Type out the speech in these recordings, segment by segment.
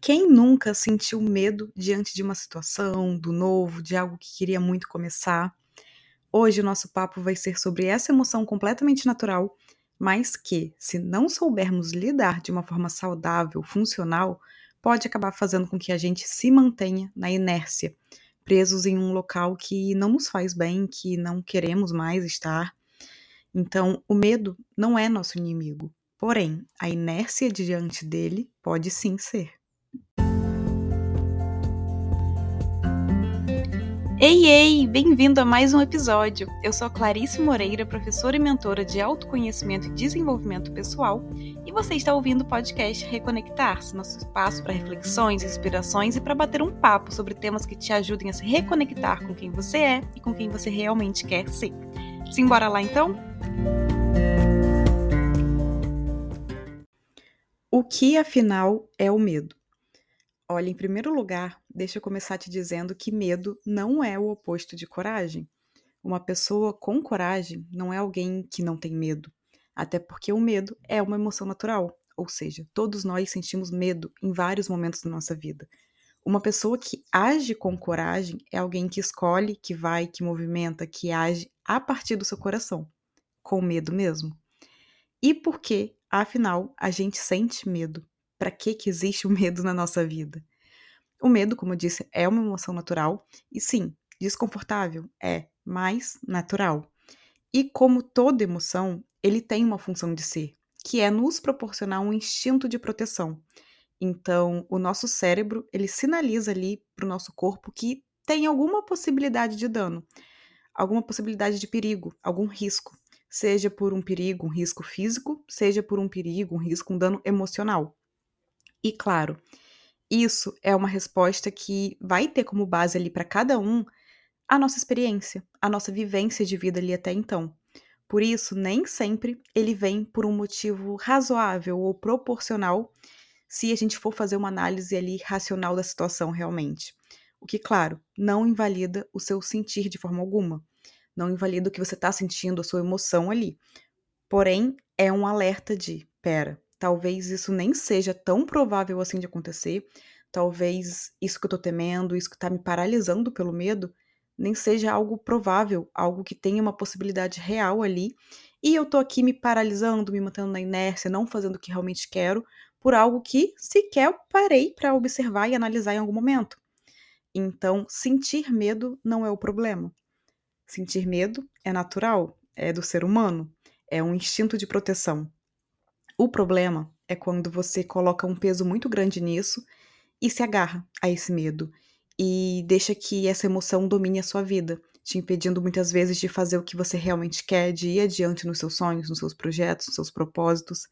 Quem nunca sentiu medo diante de uma situação, do novo, de algo que queria muito começar? Hoje o nosso papo vai ser sobre essa emoção completamente natural, mas que, se não soubermos lidar de uma forma saudável, funcional, pode acabar fazendo com que a gente se mantenha na inércia, presos em um local que não nos faz bem, que não queremos mais estar. Então, o medo não é nosso inimigo, porém, a inércia diante dele pode sim ser. Ei, ei! Bem-vindo a mais um episódio! Eu sou Clarice Moreira, professora e mentora de autoconhecimento e desenvolvimento pessoal, e você está ouvindo o podcast Reconectar-se, nosso espaço para reflexões, inspirações e para bater um papo sobre temas que te ajudem a se reconectar com quem você é e com quem você realmente quer ser. Simbora lá então? O que afinal é o medo? Olha, em primeiro lugar, deixa eu começar te dizendo que medo não é o oposto de coragem. Uma pessoa com coragem não é alguém que não tem medo, até porque o medo é uma emoção natural, ou seja, todos nós sentimos medo em vários momentos da nossa vida. Uma pessoa que age com coragem é alguém que escolhe, que vai, que movimenta, que age a partir do seu coração, com medo mesmo. E por que, afinal, a gente sente medo? Para que existe o medo na nossa vida? O medo, como eu disse, é uma emoção natural e sim, desconfortável, mas natural. E como toda emoção, ele tem uma função de ser, que é nos proporcionar um instinto de proteção. Então, o nosso cérebro, ele sinaliza ali para o nosso corpo que tem alguma possibilidade de dano, alguma possibilidade de perigo, algum risco. Seja por um perigo, um risco físico, seja por um perigo, um risco, um dano emocional. E claro, isso é uma resposta que vai ter como base ali para cada um a nossa experiência, a nossa vivência de vida ali até então. Por isso, nem sempre ele vem por um motivo razoável ou proporcional se a gente for fazer uma análise ali racional da situação realmente. O que, claro, não invalida o seu sentir de forma alguma. Não invalida o que você está sentindo, a sua emoção ali. Porém, é um alerta de, pera, talvez isso nem seja tão provável assim de acontecer, talvez isso que eu tô temendo, isso que tá me paralisando pelo medo, nem seja algo provável, algo que tenha uma possibilidade real ali, e eu tô aqui me paralisando, me mantendo na inércia, não fazendo o que realmente quero, por algo que sequer eu parei para observar e analisar em algum momento. Então, sentir medo não é o problema. Sentir medo é natural, é do ser humano, é um instinto de proteção. O problema é quando você coloca um peso muito grande nisso e se agarra a esse medo e deixa que essa emoção domine a sua vida, te impedindo muitas vezes de fazer o que você realmente quer, de ir adiante nos seus sonhos, nos seus projetos, nos seus propósitos.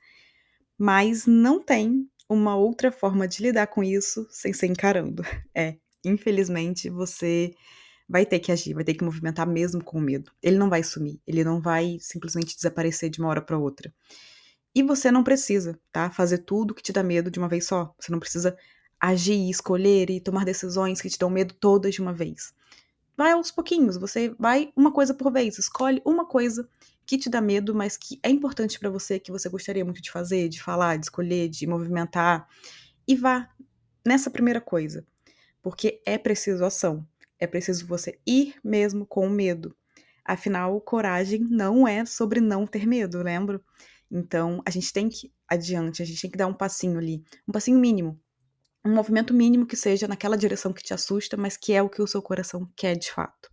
Mas não tem uma outra forma de lidar com isso sem ser encarando. Infelizmente, você vai ter que agir, vai ter que movimentar mesmo com medo. Ele não vai sumir, ele não vai simplesmente desaparecer de uma hora para outra. E você não precisa, tá, fazer tudo que te dá medo de uma vez só. Você não precisa agir, escolher e tomar decisões que te dão medo todas de uma vez. Vai aos pouquinhos, você vai uma coisa por vez, escolhe uma coisa que te dá medo, mas que é importante para você, que você gostaria muito de fazer, de falar, de escolher, de movimentar, e vá nessa primeira coisa, porque é preciso ação, é preciso você ir mesmo com o medo. Afinal, coragem não é sobre não ter medo, lembra? Então, a gente tem que ir adiante, a gente tem que dar um passinho ali, um passinho mínimo, um movimento mínimo que seja naquela direção que te assusta, mas que é o que o seu coração quer de fato.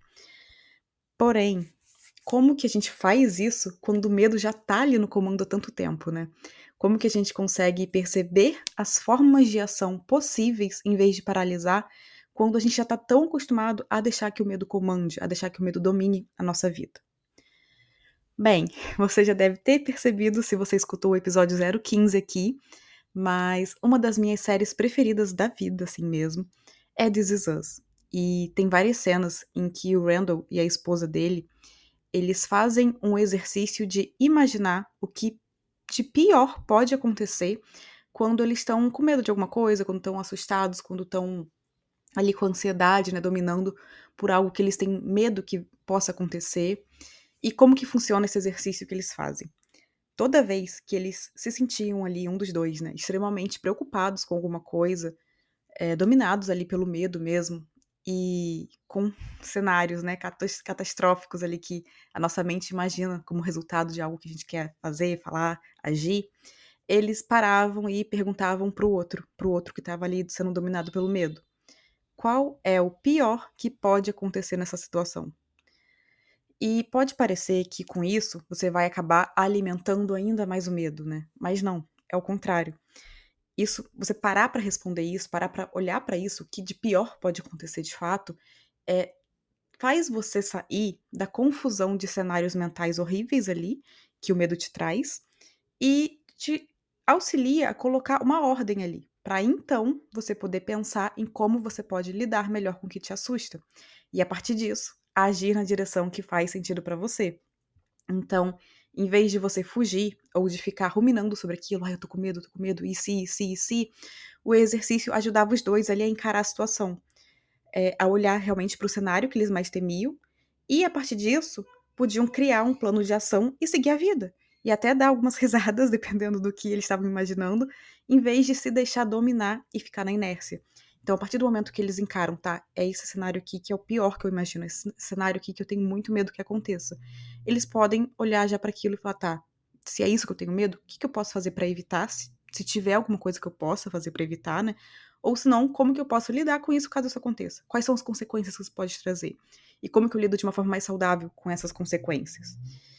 Porém, como que a gente faz isso quando o medo já tá ali no comando há tanto tempo, né? Como que a gente consegue perceber as formas de ação possíveis em vez de paralisar, quando a gente já tá tão acostumado a deixar que o medo comande, a deixar que o medo domine a nossa vida? Bem, você já deve ter percebido se você escutou o episódio 015 aqui, mas uma das minhas séries preferidas da vida, assim mesmo, é This Is Us. E tem várias cenas em que o Randall e a esposa dele, eles fazem um exercício de imaginar o que de pior pode acontecer quando eles estão com medo de alguma coisa, quando estão assustados, quando estão ali com ansiedade, né, dominando por algo que eles têm medo que possa acontecer. E como que funciona esse exercício que eles fazem? Toda vez que eles se sentiam ali, um dos dois, né, extremamente preocupados com alguma coisa, dominados ali pelo medo mesmo, e com cenários, né, catastróficos ali que a nossa mente imagina como resultado de algo que a gente quer fazer, falar, agir, eles paravam e perguntavam para o outro que estava ali sendo dominado pelo medo: "Qual é o pior que pode acontecer nessa situação?". E pode parecer que com isso você vai acabar alimentando ainda mais o medo, né, mas não, é o contrário. Isso, você parar para responder isso, parar para olhar para isso, o que de pior pode acontecer de fato, é faz você sair da confusão de cenários mentais horríveis ali, que o medo te traz, e te auxilia a colocar uma ordem ali, para então você poder pensar em como você pode lidar melhor com o que te assusta. E a partir disso, agir na direção que faz sentido para você. Então, em vez de você fugir ou de ficar ruminando sobre aquilo, ai, eu tô com medo, e se, o exercício ajudava os dois ali a encarar a situação, a olhar realmente para o cenário que eles mais temiam, e a partir disso, podiam criar um plano de ação e seguir a vida. E até dar algumas risadas, dependendo do que eles estavam imaginando, em vez de se deixar dominar e ficar na inércia. Então, a partir do momento que eles encaram, tá, é esse cenário aqui que é o pior que eu imagino, esse cenário aqui que eu tenho muito medo que aconteça. Eles podem olhar já para aquilo e falar, tá, se é isso que eu tenho medo, o que eu posso fazer para evitar? Se tiver alguma coisa que eu possa fazer para evitar, né? Ou se não, como que eu posso lidar com isso caso isso aconteça? Quais são as consequências que isso pode trazer? E como que eu lido de uma forma mais saudável com essas consequências?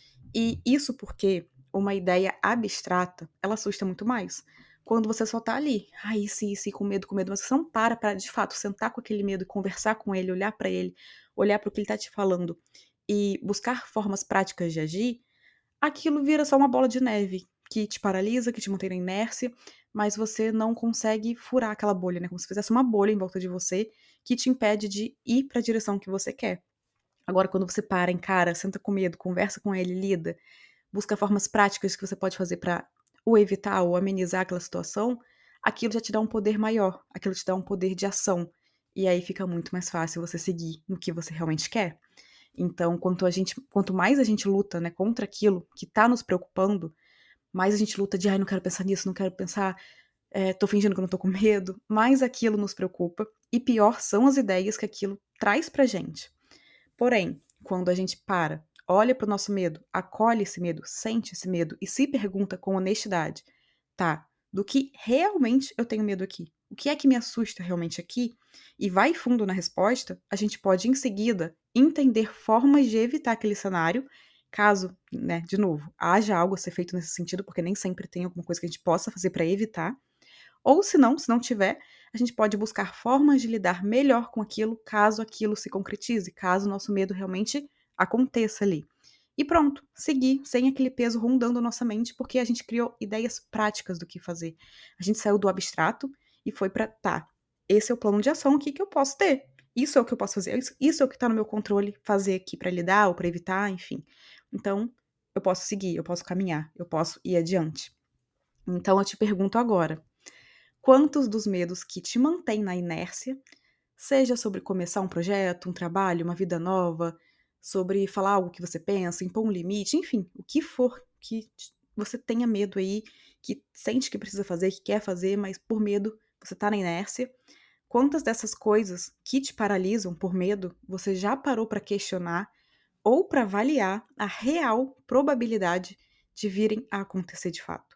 E isso porque uma ideia abstrata, ela assusta muito mais. Quando você só tá ali, ai, se, com medo, mas você não para de fato sentar com aquele medo e conversar com ele, olhar para o que ele tá te falando e buscar formas práticas de agir, aquilo vira só uma bola de neve que te paralisa, que te mantém na inércia, mas você não consegue furar aquela bolha, né? Como se fizesse uma bolha em volta de você que te impede de ir para a direção que você quer. Agora, quando você para, encara, senta com medo, conversa com ele, lida, busca formas práticas que você pode fazer para ou evitar ou amenizar aquela situação, aquilo já te dá um poder maior, aquilo te dá um poder de ação. E aí fica muito mais fácil você seguir no que você realmente quer. Então, quanto mais a gente luta, né, contra aquilo que tá nos preocupando, mais a gente luta de, ai, não quero pensar nisso, não quero pensar, tô fingindo que eu não tô com medo, mais aquilo nos preocupa e pior são as ideias que aquilo traz pra gente. Porém, quando a gente para, olha pro nosso medo, acolhe esse medo, sente esse medo e se pergunta com honestidade, tá, do que realmente eu tenho medo aqui? O que é que me assusta realmente aqui? E vai fundo na resposta, a gente pode em seguida entender formas de evitar aquele cenário, caso, né, de novo, haja algo a ser feito nesse sentido, porque nem sempre tem alguma coisa que a gente possa fazer para evitar, ou se não tiver, a gente pode buscar formas de lidar melhor com aquilo, caso aquilo se concretize, caso o nosso medo realmente aconteça ali. E pronto, seguir sem aquele peso rondando a nossa mente, porque a gente criou ideias práticas do que fazer. A gente saiu do abstrato e foi para, tá, esse é o plano de ação aqui que eu posso ter. Isso é o que eu posso fazer, isso é o que está no meu controle fazer aqui para lidar ou para evitar, enfim. Então, eu posso seguir, eu posso caminhar, eu posso ir adiante. Então, eu te pergunto agora, quantos dos medos que te mantêm na inércia, seja sobre começar um projeto, um trabalho, uma vida nova, sobre falar algo que você pensa, impor um limite, enfim, o que for que você tenha medo aí, que sente que precisa fazer, que quer fazer, mas por medo você tá na inércia. Quantas dessas coisas que te paralisam por medo você já parou para questionar ou para avaliar a real probabilidade de virem a acontecer de fato?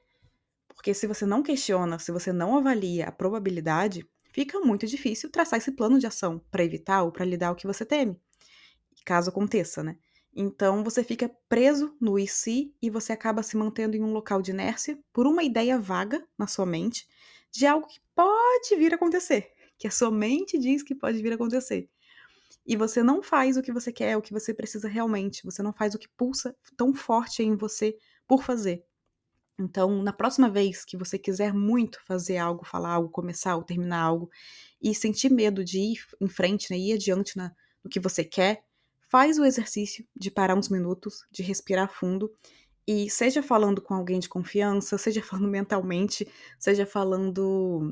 Porque se você não questiona, se você não avalia a probabilidade, fica muito difícil traçar esse plano de ação para evitar ou para lidar o que você teme, caso aconteça, né? Então você fica preso no e se e você acaba se mantendo em um local de inércia por uma ideia vaga na sua mente de algo que pode vir a acontecer, que a sua mente diz que pode vir a acontecer. E você não faz o que você quer, o que você precisa realmente, você não faz o que pulsa tão forte em você por fazer. Então, na próxima vez que você quiser muito fazer algo, falar algo, começar ou terminar algo, e sentir medo de ir em frente, né, ir adiante no que você quer, faz o exercício de parar uns minutos, de respirar fundo, e seja falando com alguém de confiança, seja falando mentalmente, seja falando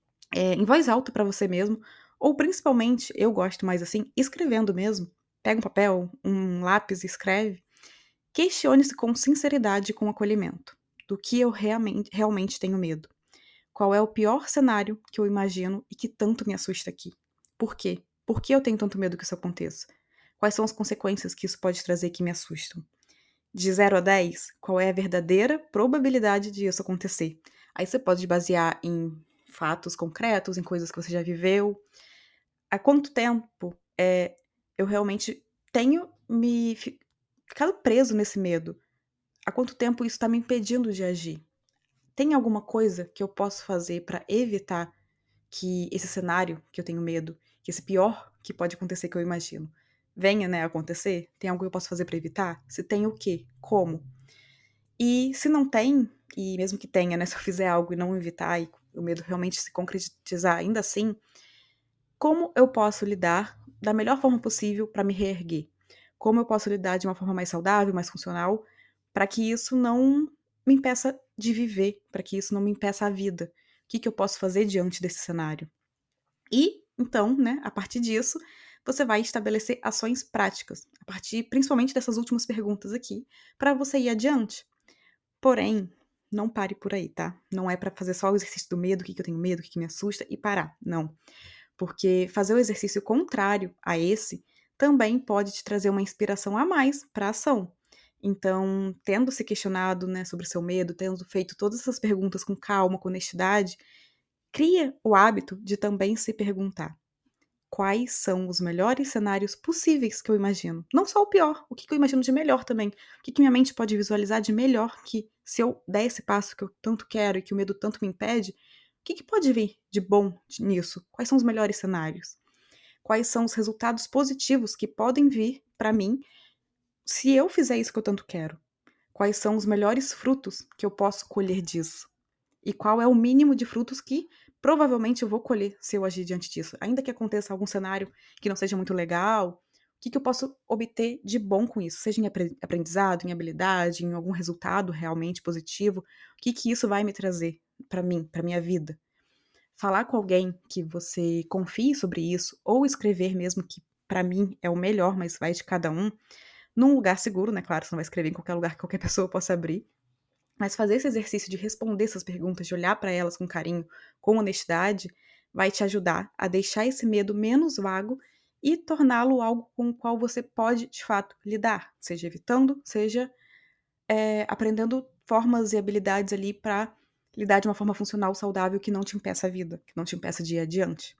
em voz alta para você mesmo, ou principalmente, eu gosto mais assim, escrevendo mesmo. Pega um papel, um lápis e escreve. Questione-se com sinceridade e com acolhimento. Do que eu realmente tenho medo? qual é o pior cenário que eu imagino e que tanto me assusta aqui. Por quê? Por que eu tenho tanto medo que isso aconteça? Quais são as consequências que isso pode trazer que me assustam? De 0 a 10, qual é a verdadeira probabilidade de isso acontecer? Aí você pode basear em fatos concretos, em coisas que você já viveu. Há quanto tempo eu realmente tenho ficado preso nesse medo? Há quanto tempo isso está me impedindo de agir? Tem alguma coisa que eu posso fazer para evitar que esse cenário que eu tenho medo, que esse pior que pode acontecer que eu imagino, venha, né, a acontecer? Tem algo que eu posso fazer para evitar? Se tem, o quê? Como? E se não tem, e mesmo que tenha, né, se eu fizer algo e não evitar e o medo realmente se concretizar ainda assim, como eu posso lidar da melhor forma possível para me reerguer? Como eu posso lidar de uma forma mais saudável, mais funcional, para que isso não me impeça de viver, para que isso não me impeça a vida? O que eu posso fazer diante desse cenário? E, então, né, a partir disso, você vai estabelecer ações práticas, a partir principalmente dessas últimas perguntas aqui, para você ir adiante. Porém, não pare por aí, tá? Não é para fazer só o exercício do medo, o que eu tenho medo, o que me assusta e parar. Não. Porque fazer o exercício contrário a esse também pode te trazer uma inspiração a mais para a ação. Então, tendo se questionado, né, sobre o seu medo, tendo feito todas essas perguntas com calma, com honestidade, cria o hábito de também se perguntar: quais são os melhores cenários possíveis que eu imagino? Não só o pior, o que eu imagino de melhor também. O que minha mente pode visualizar de melhor que, se eu der esse passo que eu tanto quero e que o medo tanto me impede, o que pode vir de bom nisso? Quais são os melhores cenários? Quais são os resultados positivos que podem vir para mim se eu fizer isso que eu tanto quero? Quais são os melhores frutos que eu posso colher disso? E qual é o mínimo de frutos que provavelmente eu vou colher se eu agir diante disso? Ainda que aconteça algum cenário que não seja muito legal, o que eu posso obter de bom com isso? Seja em aprendizado, em habilidade, em algum resultado realmente positivo? O que isso vai me trazer para mim, para minha vida? Falar com alguém que você confie sobre isso, ou escrever mesmo, que para mim é o melhor, mas vai de cada um, num lugar seguro, né? Claro, você não vai escrever em qualquer lugar que qualquer pessoa possa abrir. Mas fazer esse exercício de responder essas perguntas, de olhar para elas com carinho, com honestidade, vai te ajudar a deixar esse medo menos vago e torná-lo algo com o qual você pode, de fato, lidar. Seja evitando, seja aprendendo formas e habilidades ali para lidar de uma forma funcional, saudável, que não te impeça a vida, que não te impeça de ir adiante.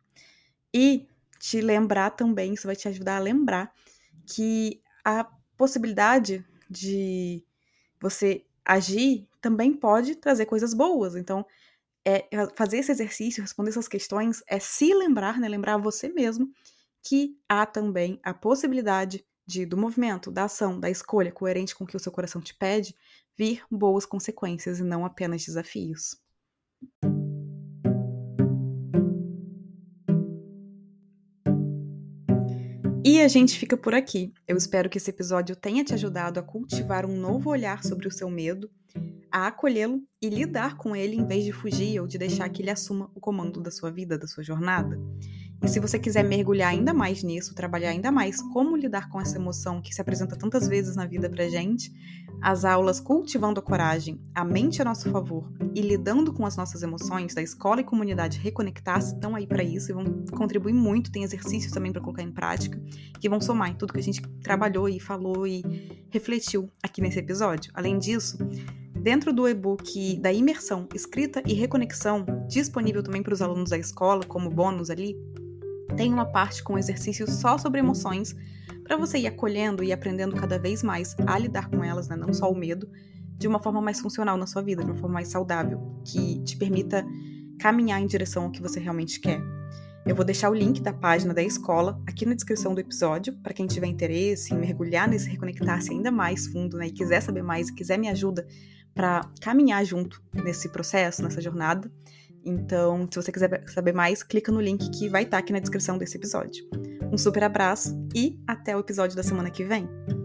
E te lembrar também, isso vai te ajudar a lembrar que a possibilidade de você agir também pode trazer coisas boas. Então, fazer esse exercício, responder essas questões, é se lembrar, né, lembrar você mesmo que há também a possibilidade do movimento, da ação, da escolha coerente com o que o seu coração te pede, vir boas consequências e não apenas desafios. E a gente fica por aqui. Eu espero que esse episódio tenha te ajudado a cultivar um novo olhar sobre o seu medo, a acolhê-lo e lidar com ele em vez de fugir ou de deixar que ele assuma o comando da sua vida, da sua jornada. E se você quiser mergulhar ainda mais nisso, trabalhar ainda mais como lidar com essa emoção que se apresenta tantas vezes na vida pra gente, as aulas Cultivando a Coragem, A Mente a Nosso Favor e Lidando com as Nossas Emoções da Escola e Comunidade Reconectar-se estão aí para isso e vão contribuir muito. Tem exercícios também para colocar em prática que vão somar em tudo que a gente trabalhou e falou e refletiu aqui nesse episódio. Além disso, dentro do e-book da imersão, escrita e reconexão, disponível também para os alunos da escola como bônus ali, tem uma parte com exercícios só sobre emoções para você ir acolhendo e aprendendo cada vez mais a lidar com elas, né? Não só o medo, de uma forma mais funcional na sua vida, de uma forma mais saudável, que te permita caminhar em direção ao que você realmente quer. Eu vou deixar o link da página da escola aqui na descrição do episódio, para quem tiver interesse em mergulhar nesse reconectar-se ainda mais fundo, né, e quiser saber mais e quiser minha ajuda para caminhar junto nesse processo, nessa jornada. Então, se você quiser saber mais, clica no link que vai estar aqui na descrição desse episódio. Um super abraço e até o episódio da semana que vem!